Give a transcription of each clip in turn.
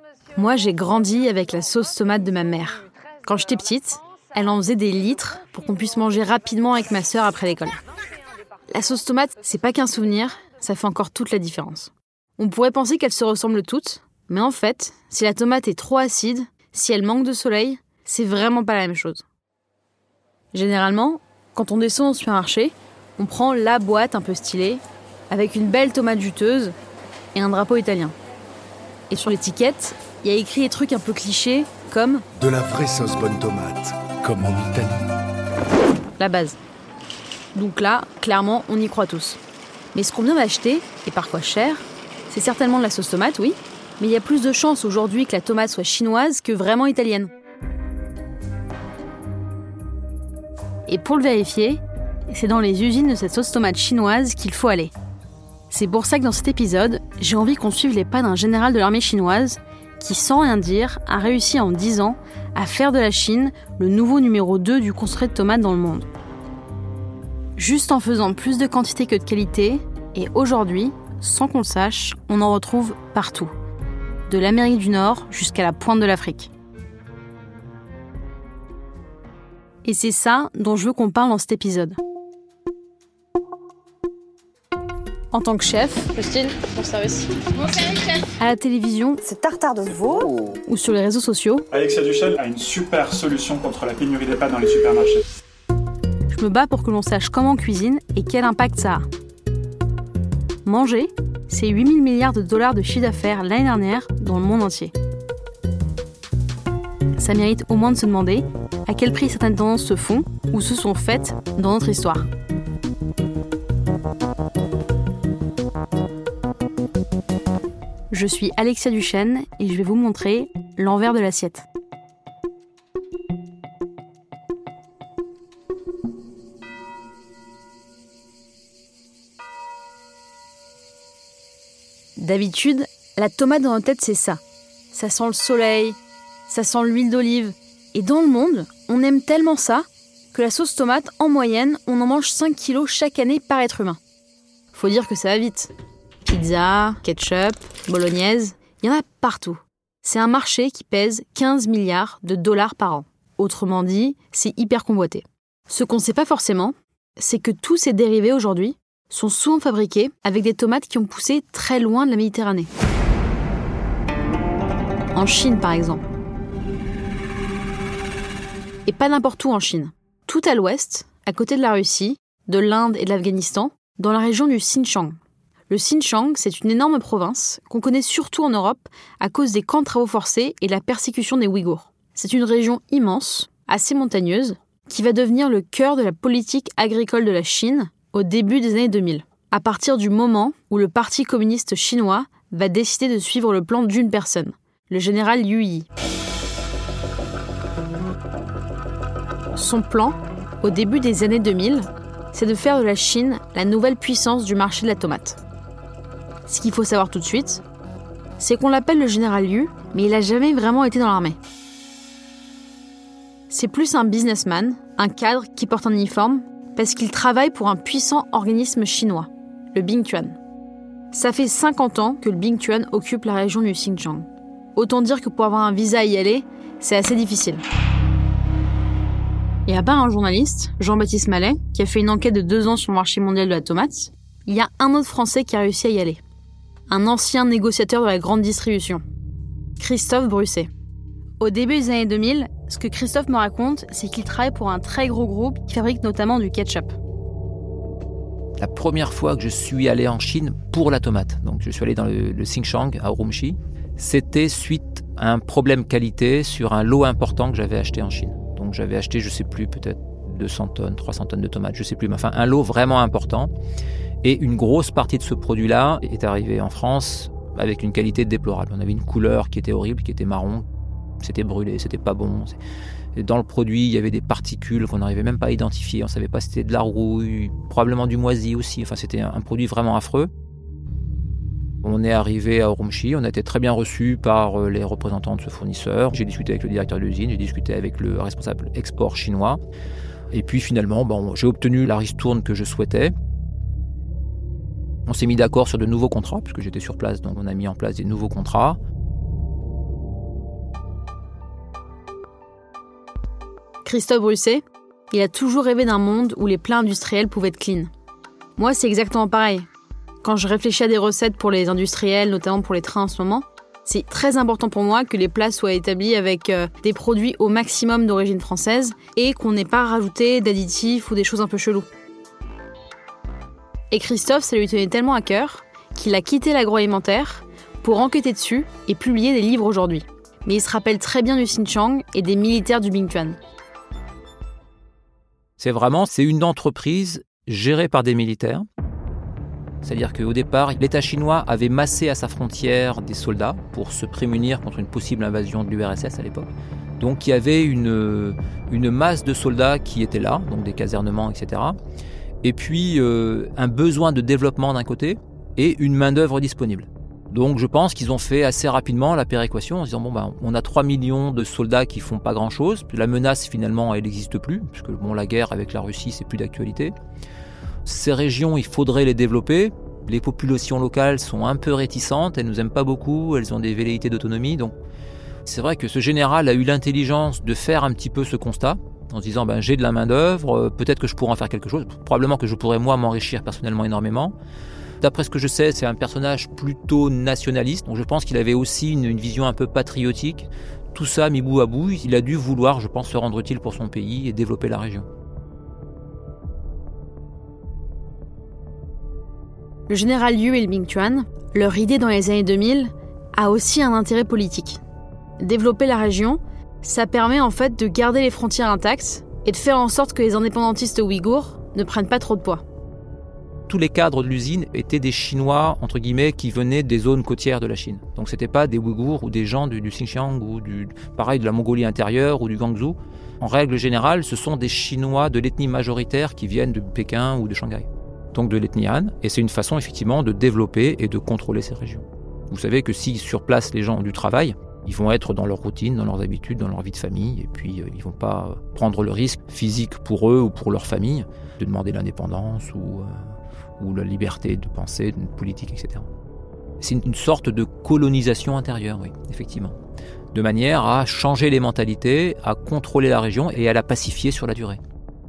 Moi, j'ai grandi avec la sauce tomate de ma mère. Quand j'étais petite, elle en faisait des litres pour qu'on puisse manger rapidement avec ma sœur après l'école. La sauce tomate, c'est pas qu'un souvenir, ça fait encore toute la différence. On pourrait penser qu'elles se ressemblent toutes, mais en fait, si la tomate est trop acide, si elle manque de soleil, c'est vraiment pas la même chose. Généralement, quand on descend au supermarché, on prend la boîte un peu stylée, avec une belle tomate juteuse et un drapeau italien. Et sur l'étiquette, il y a écrit des trucs un peu clichés, comme « De la vraie sauce bonne tomate, comme en Italie ». La base. Donc là, clairement, on y croit tous. Mais ce qu'on vient d'acheter, et parfois cher, c'est certainement de la sauce tomate, oui, mais il y a plus de chances aujourd'hui que la tomate soit chinoise que vraiment italienne. Et pour le vérifier, c'est dans les usines de cette sauce tomate chinoise qu'il faut aller. C'est pour ça que dans cet épisode, j'ai envie qu'on suive les pas d'un général de l'armée chinoise qui, sans rien dire, a réussi en 10 ans à faire de la Chine le nouveau numéro 2 du concentré de tomates dans le monde. Juste en faisant plus de quantité que de qualité, et aujourd'hui, sans qu'on le sache, on en retrouve partout. De l'Amérique du Nord jusqu'à la pointe de l'Afrique. Et c'est ça dont je veux qu'on parle dans cet épisode. En tant que chef, Justine, mon service. Mon service, chef. À la télévision, Ce tartare de veau. Ou sur les réseaux sociaux, Alexia Duchesne a une super solution contre la pénurie des pâtes dans les supermarchés. je me bats pour que l'on sache comment on cuisine et quel impact ça a. Manger, c'est 8 000 milliards de dollars de chiffre d'affaires l'année dernière dans le monde entier. Ça mérite au moins de se demander à quel prix certaines tendances se font ou se sont faites dans notre histoire. Je suis Alexia Duchesne et je vais vous montrer l'envers de l'assiette. D'habitude, la tomate dans notre tête, c'est ça. Ça sent le soleil, ça sent l'huile d'olive. Et dans le monde, on aime tellement ça que la sauce tomate, en moyenne, on en mange 5 kilos chaque année par être humain. Faut dire que ça va vite. Pizza, ketchup, bolognaise, il y en a partout. C'est un marché qui pèse 15 milliards de dollars par an. Autrement dit, c'est hyper convoité. Ce qu'on ne sait pas forcément, c'est que tous ces dérivés aujourd'hui sont souvent fabriqués avec des tomates qui ont poussé très loin de la Méditerranée. En Chine, par exemple. Et pas n'importe où en Chine. Tout à l'ouest, à côté de la Russie, de l'Inde et de l'Afghanistan, dans la région du Xinjiang. Le Xinjiang, c'est une énorme province qu'on connaît surtout en Europe à cause des camps de travaux forcés et de la persécution des Ouïghours. C'est une région immense, assez montagneuse, qui va devenir le cœur de la politique agricole de la Chine au début des années 2000, à partir du moment où le Parti communiste chinois va décider de suivre le plan d'une personne, le général Liu Yi. Son plan, au début des années 2000, c'est de faire de la Chine la nouvelle puissance du marché de la tomate. Ce qu'il faut savoir tout de suite, c'est qu'on l'appelle le général Liu, mais il n'a jamais vraiment été dans l'armée. C'est plus un businessman, un cadre qui porte un uniforme, parce qu'il travaille pour un puissant organisme chinois, le Bingtuan. Ça fait 50 ans que le Bingtuan occupe la région du Xinjiang. Autant dire que pour avoir un visa à y aller, c'est assez difficile. Il n'y a pas un journaliste, Jean-Baptiste Mallet, qui a fait une enquête de 2 ans sur le marché mondial de la tomate. Il y a un autre Français qui a réussi à y aller. Un ancien négociateur de la grande distribution, Christophe Brusset. Au début des années 2000, ce que Christophe me raconte, c'est qu'il travaille pour un très gros groupe qui fabrique notamment du ketchup. La première fois que je suis allé en Chine pour la tomate, donc je suis allé dans le Xinjiang à Urumqi, c'était suite à un problème qualité sur un lot important que j'avais acheté en Chine. Donc j'avais acheté, je sais plus, peut-être 200 tonnes, 300 tonnes de tomates, je sais plus, mais enfin un lot vraiment important. Et une grosse partie de ce produit-là est arrivée en France avec une qualité déplorable. On avait une couleur qui était horrible, qui était marron. C'était brûlé, c'était pas bon. Et dans le produit, il y avait des particules qu'on n'arrivait même pas à identifier. On savait pas si c'était de la rouille, probablement du moisi aussi. Enfin, c'était un produit vraiment affreux. On est arrivé à Urumqi, on a été très bien reçus par les représentants de ce fournisseur. J'ai discuté avec le directeur de l'usine, j'ai discuté avec le responsable export chinois. Et puis finalement, j'ai obtenu la ristourne que je souhaitais. On s'est mis d'accord sur de nouveaux contrats, puisque j'étais sur place, donc on a mis en place des nouveaux contrats. Christophe Brusset, il a toujours rêvé d'un monde où les plats industriels pouvaient être clean. Moi, c'est exactement pareil. Quand je réfléchis à des recettes pour les industriels, notamment pour les trains en ce moment, c'est très important pour moi que les plats soient établis avec des produits au maximum d'origine française et qu'on n'ait pas rajouté d'additifs ou des choses un peu cheloues. Et Christophe, ça lui tenait tellement à cœur qu'il a quitté l'agroalimentaire pour enquêter dessus et publier des livres aujourd'hui. Mais il se rappelle très bien du Xinjiang et des militaires du Bingtuan. C'est une entreprise gérée par des militaires. C'est-à-dire qu'au départ, l'État chinois avait massé à sa frontière des soldats pour se prémunir contre une possible invasion de l'URSS à l'époque. Donc il y avait une masse de soldats qui étaient là, donc des casernements, etc. Et puis un besoin de développement d'un côté et une main-d'œuvre disponible. Donc je pense qu'ils ont fait assez rapidement la péréquation en se disant on a 3 millions de soldats qui font pas grand-chose. La menace finalement elle n'existe plus, puisque la guerre avec la Russie c'est plus d'actualité. Ces régions, il faudrait les développer. Les populations locales sont un peu réticentes, elles nous aiment pas beaucoup, elles ont des velléités d'autonomie. Donc c'est vrai que ce général a eu l'intelligence de faire un petit peu ce constat, en se disant j'ai de la main-d'œuvre, peut-être que je pourrais en faire quelque chose, probablement que je pourrais moi m'enrichir personnellement énormément. D'après ce que je sais, c'est un personnage plutôt nationaliste, donc je pense qu'il avait aussi une vision un peu patriotique. Tout ça mis bout à bout, il a dû vouloir, je pense, se rendre utile pour son pays et développer la région. Le général Liu et le Bingtuan, leur idée dans les années 2000 a aussi un intérêt politique. Développer la région, ça permet en fait de garder les frontières intactes et de faire en sorte que les indépendantistes ouïghours ne prennent pas trop de poids. Tous les cadres de l'usine étaient des Chinois, entre guillemets, qui venaient des zones côtières de la Chine. Donc c'était pas des Ouïghours ou des gens du Xinjiang ou de la Mongolie intérieure ou du Guangzhou. En règle générale, ce sont des Chinois de l'ethnie majoritaire qui viennent de Pékin ou de Shanghai. Donc de l'ethnie Han, et c'est une façon effectivement de développer et de contrôler ces régions. Vous savez que si sur place les gens ont du travail, ils vont être dans leur routine, dans leurs habitudes, dans leur vie de famille, et puis ils ne vont pas prendre le risque physique pour eux ou pour leur famille de demander l'indépendance ou la liberté de penser, d'une politique, etc. C'est une sorte de colonisation intérieure, oui, effectivement, de manière à changer les mentalités, à contrôler la région et à la pacifier sur la durée.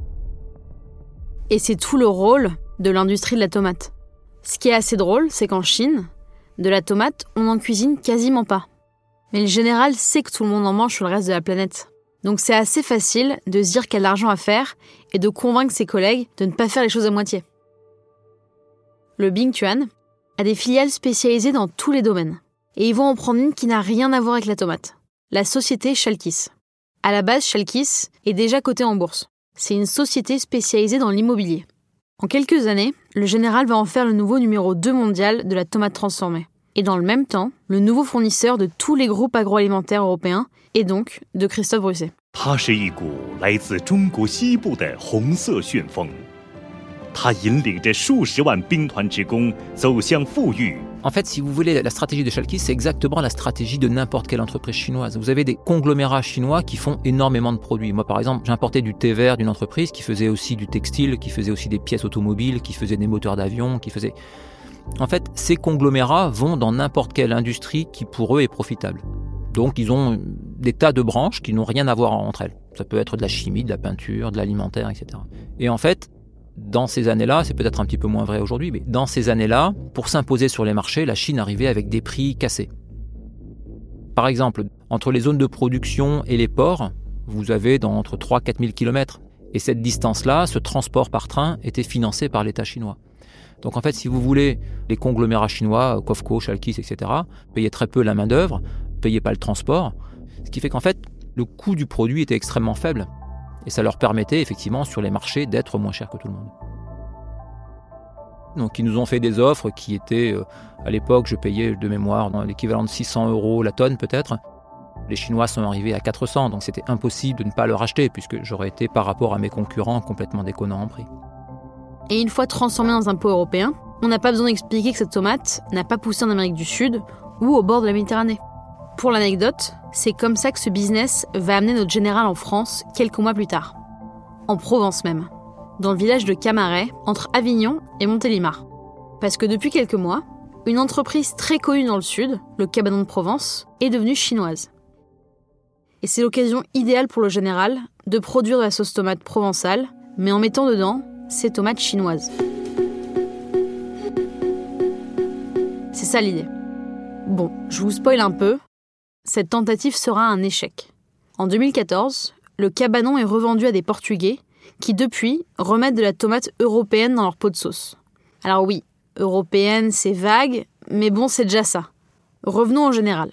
Et c'est tout le rôle de l'industrie de la tomate. Ce qui est assez drôle, c'est qu'en Chine, de la tomate, on n'en cuisine quasiment pas. Mais le général sait que tout le monde en mange sur le reste de la planète. Donc c'est assez facile de se dire qu'il y a de l'argent à faire et de convaincre ses collègues de ne pas faire les choses à moitié. Le Bingtuan a des filiales spécialisées dans tous les domaines. Et ils vont en prendre une qui n'a rien à voir avec la tomate. La société Chalkis. À la base, Chalkis est déjà cotée en bourse. C'est une société spécialisée dans l'immobilier. En quelques années, le général va en faire le nouveau numéro 2 mondial de la tomate transformée. Et dans le même temps, le nouveau fournisseur de tous les groupes agroalimentaires européens et donc de Christophe Brusset. En fait, si vous voulez, la stratégie de Chalkis, c'est exactement la stratégie de n'importe quelle entreprise chinoise. Vous avez des conglomérats chinois qui font énormément de produits. Moi, par exemple, j'importais du thé vert d'une entreprise qui faisait aussi du textile, qui faisait aussi des pièces automobiles, qui faisait des moteurs d'avion, qui faisait... En fait, ces conglomérats vont dans n'importe quelle industrie qui, pour eux, est profitable. Donc, ils ont des tas de branches qui n'ont rien à voir entre elles. Ça peut être de la chimie, de la peinture, de l'alimentaire, etc. Et en fait, dans ces années-là, c'est peut-être un petit peu moins vrai aujourd'hui, mais dans ces années-là, pour s'imposer sur les marchés, la Chine arrivait avec des prix cassés. Par exemple, entre les zones de production et les ports, vous avez entre 3 000 et 4 000 km. Et cette distance-là, ce transport par train, était financé par l'État chinois. Donc en fait, si vous voulez, les conglomérats chinois, COFCO, Chalkis, etc., payaient très peu la main-d'œuvre, ne payaient pas le transport, ce qui fait qu'en fait, le coût du produit était extrêmement faible. Et ça leur permettait effectivement sur les marchés d'être moins cher que tout le monde. Donc ils nous ont fait des offres qui étaient, à l'époque je payais de mémoire dans l'équivalent de 600 € la tonne peut-être. Les Chinois sont arrivés à 400, donc c'était impossible de ne pas leur acheter puisque j'aurais été par rapport à mes concurrents complètement déconnant en prix. Et une fois transformée dans un pot européen, on n'a pas besoin d'expliquer que cette tomate n'a pas poussé en Amérique du Sud ou au bord de la Méditerranée. Pour l'anecdote, c'est comme ça que ce business va amener notre général en France quelques mois plus tard. En Provence même, dans le village de Camaret, entre Avignon et Montélimar. Parce que depuis quelques mois, une entreprise très connue dans le sud, le Cabanon de Provence, est devenue chinoise. Et c'est l'occasion idéale pour le général de produire de la sauce tomate provençale, mais en mettant dedans ces tomates chinoises. C'est ça l'idée. Bon, je vous spoil un peu, cette tentative sera un échec. En 2014, le cabanon est revendu à des Portugais qui, depuis, remettent de la tomate européenne dans leur pot de sauce. Alors oui, européenne, c'est vague, mais bon, c'est déjà ça. Revenons au général.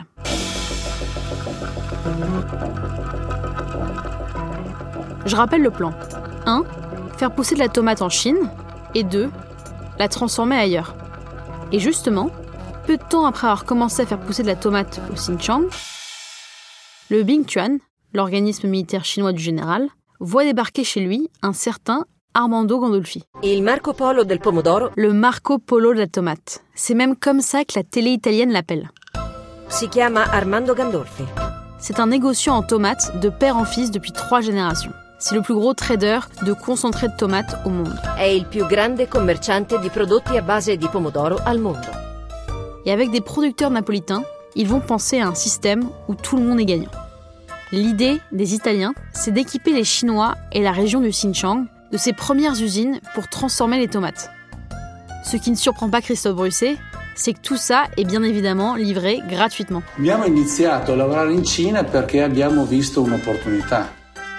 Je rappelle le plan. 1. Faire pousser de la tomate en Chine. Et 2. La transformer ailleurs. Et justement, peu de temps après avoir commencé à faire pousser de la tomate au Xinjiang, le Bingtuan, l'organisme militaire chinois du général, voit débarquer chez lui un certain Armando Gandolfi. Il Marco Polo del pomodoro. Le Marco Polo de la tomate. C'est même comme ça que la télé italienne l'appelle. Si chiama Armando Gandolfi. C'est un négociant en tomates de père en fils depuis 3 générations. C'est le plus gros trader de concentré de tomates au monde. È il più grande commerciante di prodotti a base di pomodoro al mondo. Et avec des producteurs napolitains, ils vont penser à un système où tout le monde est gagnant. L'idée des Italiens, c'est d'équiper les Chinois et la région du Xinjiang de ces premières usines pour transformer les tomates. Ce qui ne surprend pas Christophe Brusset, c'est que tout ça est bien évidemment livré gratuitement. Abbiamo iniziato a lavorare in Cina perché abbiamo visto un'opportunità.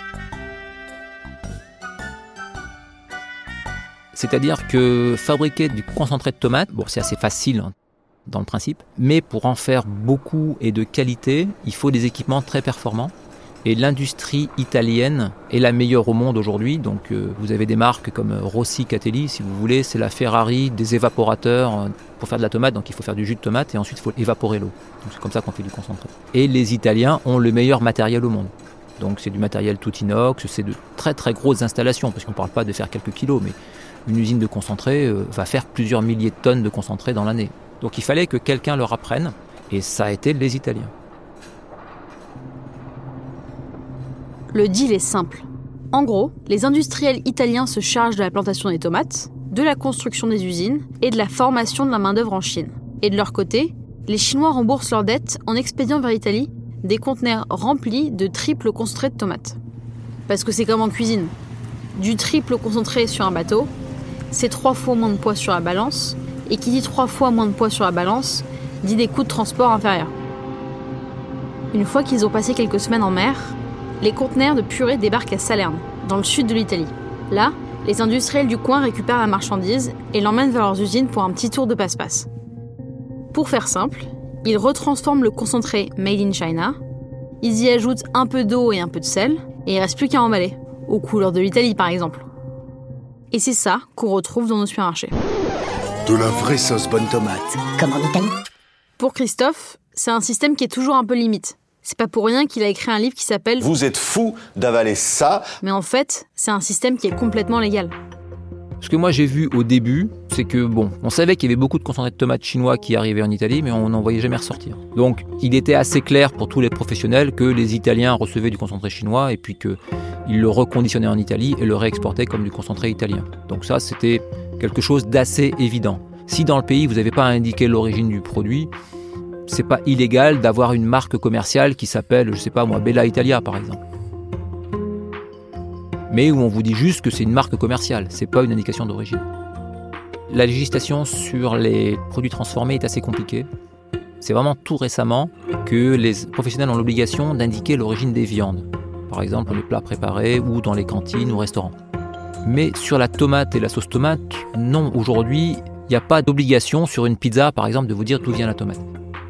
C'est-à-dire que fabriquer du concentré de tomate, bon, c'est assez facile dans le principe, mais pour en faire beaucoup et de qualité, il faut des équipements très performants. Et l'industrie italienne est la meilleure au monde aujourd'hui. Donc vous avez des marques comme Rossi Catelli, si vous voulez, c'est la Ferrari des évaporateurs pour faire de la tomate. Donc il faut faire du jus de tomate et ensuite il faut évaporer l'eau. Donc c'est comme ça qu'on fait du concentré. Et les Italiens ont le meilleur matériel au monde. Donc c'est du matériel tout inox, c'est de très très grosses installations, parce qu'on ne parle pas de faire quelques kilos, mais une usine de concentré va faire plusieurs milliers de tonnes de concentré dans l'année. Donc il fallait que quelqu'un leur apprenne, et ça a été les Italiens. Le deal est simple. En gros, les industriels italiens se chargent de la plantation des tomates, de la construction des usines et de la formation de la main-d'œuvre en Chine. Et de leur côté, les Chinois remboursent leurs dettes en expédiant vers l'Italie des conteneurs remplis de triple concentré de tomates. Parce que c'est comme en cuisine. Du triple concentré sur un bateau, c'est 3 fois moins de poids sur la balance, et qui dit 3 fois moins de poids sur la balance, dit des coûts de transport inférieurs. Une fois qu'ils ont passé quelques semaines en mer, les conteneurs de purée débarquent à Salerne, dans le sud de l'Italie. Là, les industriels du coin récupèrent la marchandise et l'emmènent vers leurs usines pour un petit tour de passe-passe. Pour faire simple, ils retransforment le concentré Made in China, ils y ajoutent un peu d'eau et un peu de sel, et il ne reste plus qu'à emballer, aux couleurs de l'Italie par exemple. Et c'est ça qu'on retrouve dans nos supermarchés. De la vraie sauce bonne tomate. Comme en Italie. Pour Christophe, c'est un système qui est toujours un peu limite. C'est pas pour rien qu'il a écrit un livre qui s'appelle « Vous êtes fous d'avaler ça ». Mais en fait, c'est un système qui est complètement légal. Ce que moi j'ai vu au début, c'est que bon, on savait qu'il y avait beaucoup de concentrés de tomates chinois qui arrivaient en Italie, mais on n'en voyait jamais ressortir. Donc il était assez clair pour tous les professionnels que les Italiens recevaient du concentré chinois et puis qu'ils le reconditionnaient en Italie et le réexportaient comme du concentré italien. Donc ça, c'était quelque chose d'assez évident. Si dans le pays vous n'avez pas indiqué l'origine du produit, c'est pas illégal d'avoir une marque commerciale qui s'appelle, je sais pas moi, Bella Italia par exemple. Mais où on vous dit juste que c'est une marque commerciale, c'est pas une indication d'origine. La législation sur les produits transformés est assez compliquée. C'est vraiment tout récemment que les professionnels ont l'obligation d'indiquer l'origine des viandes, par exemple dans les plats préparés ou dans les cantines ou restaurants. Mais sur la tomate et la sauce tomate, non, aujourd'hui, il n'y a pas d'obligation sur une pizza, par exemple, de vous dire d'où vient la tomate.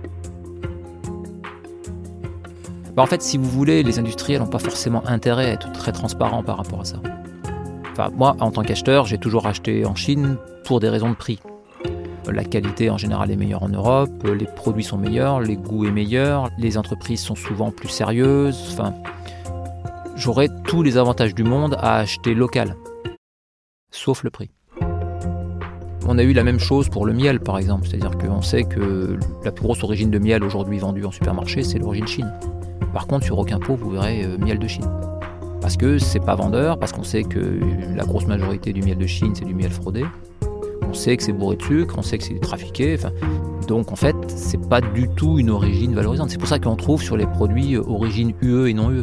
En fait, si vous voulez, les industriels n'ont pas forcément intérêt à être très transparents par rapport à ça. Enfin, moi, en tant qu'acheteur, j'ai toujours acheté en Chine pour des raisons de prix. La qualité en général est meilleure en Europe, les produits sont meilleurs, les goûts est meilleur, les entreprises sont souvent plus sérieuses. Enfin, j'aurais tous les avantages du monde à acheter local, sauf le prix. On a eu la même chose pour le miel, par exemple. C'est-à-dire qu'on sait que la plus grosse origine de miel aujourd'hui vendue en supermarché, c'est l'origine Chine. Par contre, sur aucun pot, vous verrez miel de Chine. Parce que c'est pas vendeur, parce qu'on sait que la grosse majorité du miel de Chine, c'est du miel fraudé. On sait que c'est bourré de sucre, on sait que c'est trafiqué. Donc en fait, c'est pas du tout une origine valorisante. C'est pour ça qu'on trouve sur les produits origine UE et non UE.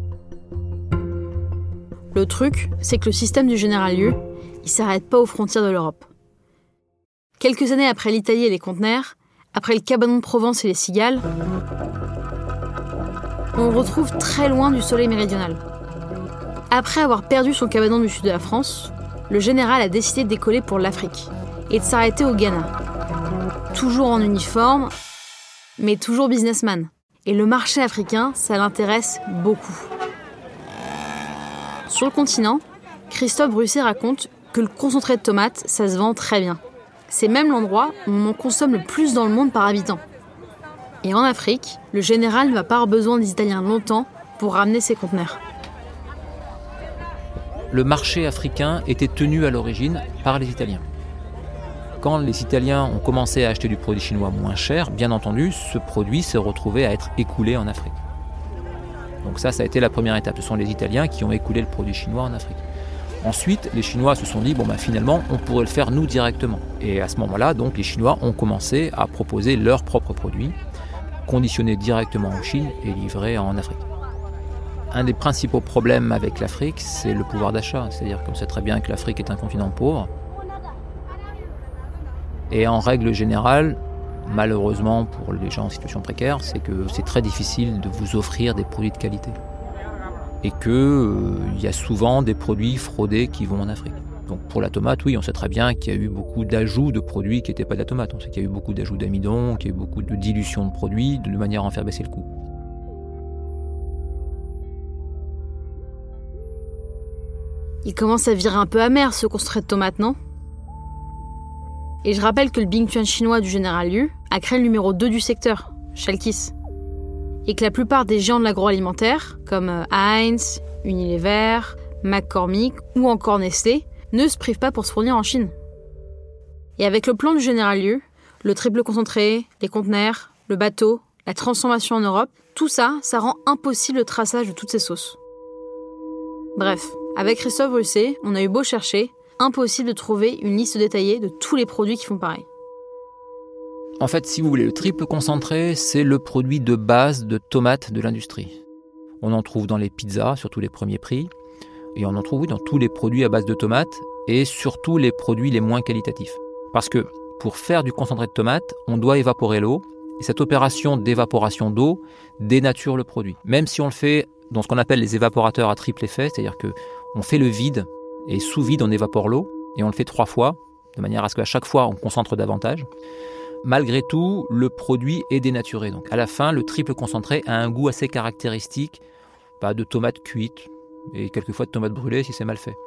Le truc, c'est que le système du Général Lieu, il s'arrête pas aux frontières de l'Europe. Quelques années après l'Italie et les conteneurs, après le cabanon de Provence et les cigales, on le retrouve très loin du soleil méridional. Après avoir perdu son cabanon du sud de la France, le général a décidé de décoller pour l'Afrique et de s'arrêter au Ghana. Toujours en uniforme, mais toujours businessman. Et le marché africain, ça l'intéresse beaucoup. Sur le continent, Christophe Brusset raconte que le concentré de tomates, ça se vend très bien. C'est même l'endroit où on en consomme le plus dans le monde par habitant. Et en Afrique, le général ne va pas avoir besoin des Italiens longtemps pour ramener ses conteneurs. Le marché africain était tenu à l'origine par les Italiens. Quand les Italiens ont commencé à acheter du produit chinois moins cher, bien entendu, ce produit s'est retrouvé à être écoulé en Afrique. Donc ça a été la première étape. Ce sont les Italiens qui ont écoulé le produit chinois en Afrique. Ensuite, les Chinois se sont dit, finalement, on pourrait le faire nous directement. Et à ce moment-là, donc, les Chinois ont commencé à proposer leurs propres produits, conditionnés directement en Chine et livrés en Afrique. Un des principaux problèmes avec l'Afrique, c'est le pouvoir d'achat. C'est-à-dire qu'on sait très bien que l'Afrique est un continent pauvre. Et en règle générale, malheureusement pour les gens en situation précaire, c'est que c'est très difficile de vous offrir des produits de qualité. Et qu'il y a souvent des produits fraudés qui vont en Afrique. Donc pour la tomate, oui, on sait très bien qu'il y a eu beaucoup d'ajouts de produits qui n'étaient pas de la tomate. On sait qu'il y a eu beaucoup d'ajouts d'amidon, qu'il y a eu beaucoup de dilution de produits, de manière à en faire baisser le coût. Il commence à virer un peu amer ce concentré de tomates, non ? Et je rappelle que le Bingtuan chinois du Général Liu a créé le numéro 2 du secteur, Schalkis. Et que la plupart des géants de l'agroalimentaire, comme Heinz, Unilever, McCormick ou encore Nestlé, ne se privent pas pour se fournir en Chine. Et avec le plan du Général Liu, le triple concentré, les conteneurs, le bateau, la transformation en Europe, tout ça, ça rend impossible le traçage de toutes ces sauces. Bref, avec Christophe Brusset, on a eu beau chercher, impossible de trouver une liste détaillée de tous les produits qui font pareil. En fait, si vous voulez, le triple concentré, c'est le produit de base de tomates de l'industrie. On en trouve dans les pizzas, surtout les premiers prix, et on en trouve dans tous les produits à base de tomates, et surtout les produits les moins qualitatifs. Parce que pour faire du concentré de tomates, on doit évaporer l'eau, et cette opération d'évaporation d'eau dénature le produit. Même si on le fait dans ce qu'on appelle les évaporateurs à triple effet, c'est-à-dire qu'on fait le vide, et sous vide on évapore l'eau, et on le fait 3 fois, de manière à ce qu'à chaque fois on concentre davantage. Malgré tout, le produit est dénaturé. Donc à la fin, le triple concentré a un goût assez caractéristique de tomates cuites et quelquefois de tomates brûlées si c'est mal fait.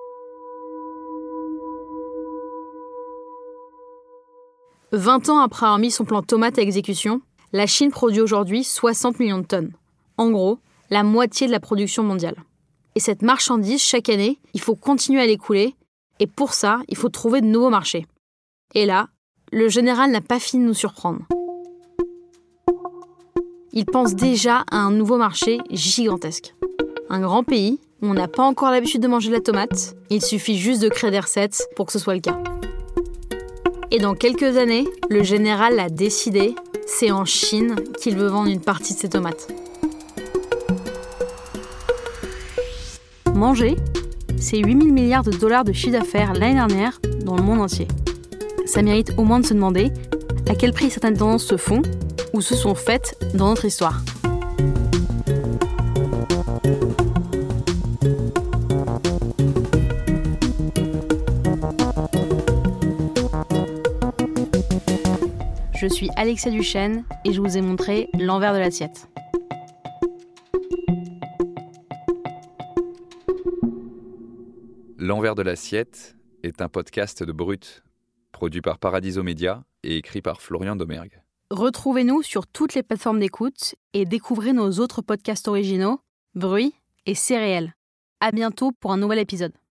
« 20 ans après avoir mis son plan tomate à exécution, la Chine produit aujourd'hui 60 millions de tonnes. En gros, la moitié de la production mondiale. Et cette marchandise, chaque année, il faut continuer à l'écouler et pour ça, il faut trouver de nouveaux marchés. Et là, le général n'a pas fini de nous surprendre. Il pense déjà à un nouveau marché gigantesque. Un grand pays où on n'a pas encore l'habitude de manger de la tomate, il suffit juste de créer des recettes pour que ce soit le cas. Et dans quelques années, le général l'a décidé, c'est en Chine qu'il veut vendre une partie de ses tomates. Manger, c'est 8 000 milliards de dollars de chiffre d'affaires l'année dernière dans le monde entier. Ça mérite au moins de se demander à quel prix certaines tendances se font ou se sont faites dans notre histoire. Je suis Alexia Duchesne et je vous ai montré l'envers de l'assiette. L'envers de l'assiette est un podcast de Brut, produit par Paradiso Media et écrit par Florian Domergue. Retrouvez-nous sur toutes les plateformes d'écoute et découvrez nos autres podcasts originaux, Bruit et C'est réel. À bientôt pour un nouvel épisode.